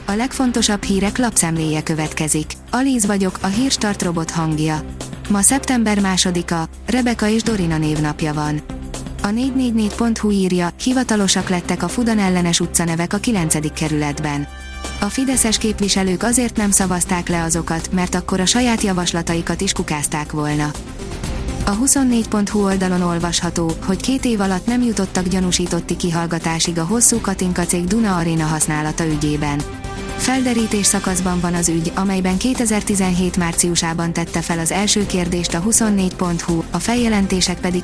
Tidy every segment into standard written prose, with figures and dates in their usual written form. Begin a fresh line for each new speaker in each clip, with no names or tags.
A legfontosabb hírek lapszemléje következik. Alíz vagyok, a Hírstart robot hangja. Ma szeptember 2-a, Rebeka és Dorina névnapja van. A 444.hu írja, hivatalosak lettek a Fudan ellenes utcanevek a 9. kerületben. A fideszes képviselők azért nem szavazták le azokat, mert akkor a saját javaslataikat is kukázták volna. A 24.hu oldalon olvasható, hogy 2 év alatt nem jutottak gyanúsítotti kihallgatásig a Hosszú Katinka cég Duna Arena használata ügyében. Felderítés szakaszban van az ügy, amelyben 2017 márciusában tette fel az első kérdést a 24.hu, a feljelentések pedig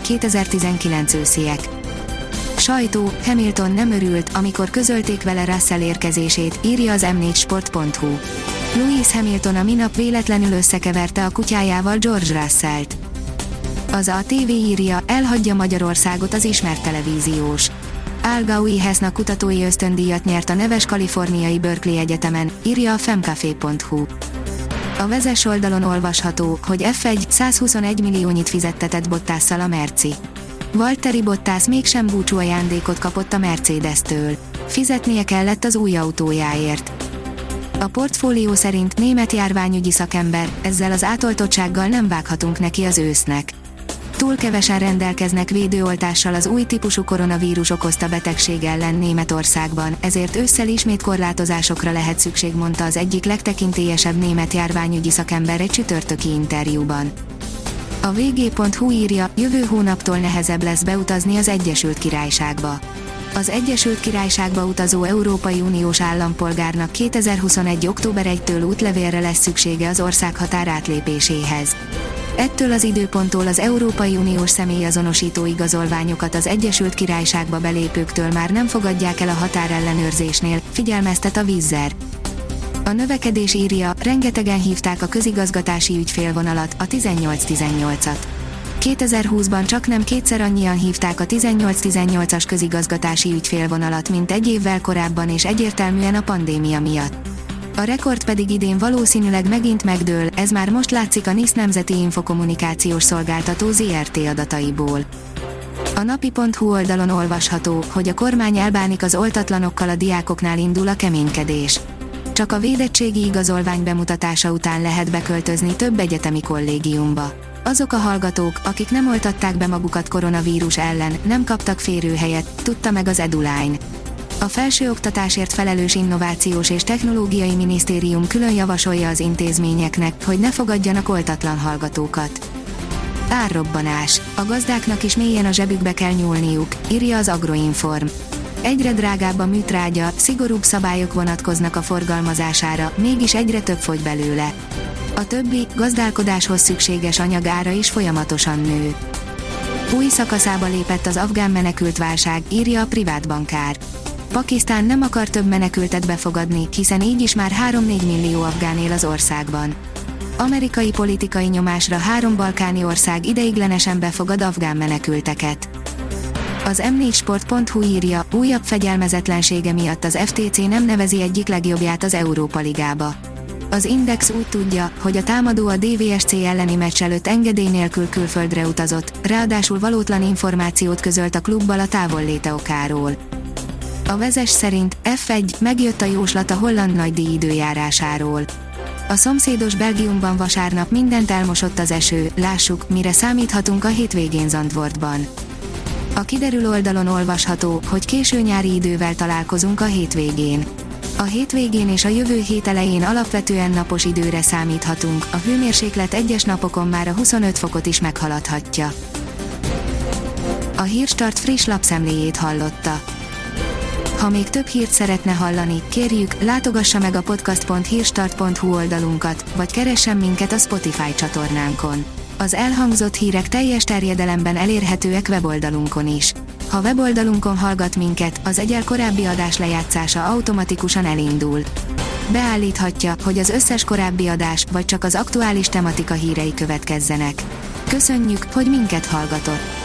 2019 ősziek. Sajtó, Hamilton nem örült, amikor közölték vele Russell érkezését, írja az m4sport.hu. Lewis Hamilton a minap véletlenül összekeverte a kutyájával George Russellt. Az ATV írja, elhagyja Magyarországot az ismert televíziós. Al Gaui Hesna kutatói ösztöndíjat nyert a neves kaliforniai Berkeley Egyetemen, írja a femcafé.hu. A vezes oldalon olvasható, hogy F1 121 milliónyit fizettetett Bottasszal a Merci. Valtteri Bottas mégsem búcsú ajándékot kapott a Mercedes-től. Fizetnie kellett az új autójáért. A portfólió szerint német járványügyi szakember, ezzel az átoltottsággal nem vághatunk neki az ősznek. Túl kevesen rendelkeznek védőoltással az új típusú koronavírus okozta betegség ellen Németországban, ezért ősszel ismét korlátozásokra lehet szükség, mondta az egyik legtekintélyesebb német járványügyi szakember egy csütörtöki interjúban. A vg.hu írja, jövő hónaptól nehezebb lesz beutazni az Egyesült Királyságba. Az Egyesült Királyságba utazó Európai Uniós állampolgárnak 2021. október 1-től útlevélre lesz szüksége az országhatár átlépéséhez. Ettől az időponttól az Európai Uniós személyazonosító igazolványokat az Egyesült Királyságba belépőktől már nem fogadják el a határellenőrzésnél, figyelmeztet a Vizzer. A növekedés írja, rengetegen hívták a közigazgatási ügyfélvonalat, a 1818-at. 2020-ban csaknem 2-szer annyian hívták a 1818-as közigazgatási ügyfélvonalat, mint egy évvel korábban, és egyértelműen a pandémia miatt. A rekord pedig idén valószínűleg megint megdől, ez már most látszik a NISZ Nemzeti Infokommunikációs Szolgáltató ZRT adataiból. A napi.hu oldalon olvasható, hogy a kormány elbánik az oltatlanokkal, a diákoknál indul a keménykedés. Csak a védettségi igazolvány bemutatása után lehet beköltözni több egyetemi kollégiumba. Azok a hallgatók, akik nem oltatták be magukat koronavírus ellen, nem kaptak férőhelyet, tudta meg az EduLine. A felsőoktatásért felelős Innovációs és Technológiai Minisztérium külön javasolja az intézményeknek, hogy ne fogadjanak oltatlan hallgatókat. Árrobbanás. A gazdáknak is mélyen a zsebükbe kell nyúlniuk, írja az Agroinform. Egyre drágább a műtrágya, szigorúbb szabályok vonatkoznak a forgalmazására, mégis egyre több fogy belőle. A többi, gazdálkodáshoz szükséges anyag ára is folyamatosan nő. Új szakaszába lépett az afgán menekültválság, írja a privát bankár. Pakisztán nem akar több menekültet befogadni, hiszen így is már 3-4 millió afgán él az országban. Amerikai politikai nyomásra 3 balkáni ország ideiglenesen befogad afgán menekülteket. Az m4sport.hu írja, újabb fegyelmezetlensége miatt az FTC nem nevezi egyik legjobbját az Európa Ligába. Az Index úgy tudja, hogy a támadó a DVSC elleni meccs előtt engedély nélkül külföldre utazott, ráadásul valótlan információt közölt a klubbal a távolléte okáról. A vezes szerint F1 megjött a jóslat a holland nagydíj időjárásáról. A szomszédos Belgiumban vasárnap mindent elmosott az eső, lássuk, mire számíthatunk a hétvégén Zandvoortban. A kiderül oldalon olvasható, hogy késő nyári idővel találkozunk a hétvégén. A hétvégén és a jövő hét elején alapvetően napos időre számíthatunk, a hőmérséklet egyes napokon már a 25 fokot is meghaladhatja. A Hírstart friss lapszemléjét hallotta. Ha még több hírt szeretne hallani, kérjük, látogassa meg a podcast.hírstart.hu oldalunkat, vagy keressen minket a Spotify csatornánkon. Az elhangzott hírek teljes terjedelemben elérhetőek weboldalunkon is. Ha weboldalunkon hallgat minket, az egyel korábbi adás lejátszása automatikusan elindul. Beállíthatja, hogy az összes korábbi adás, vagy csak az aktuális tematika hírei következzenek. Köszönjük, hogy minket hallgatott!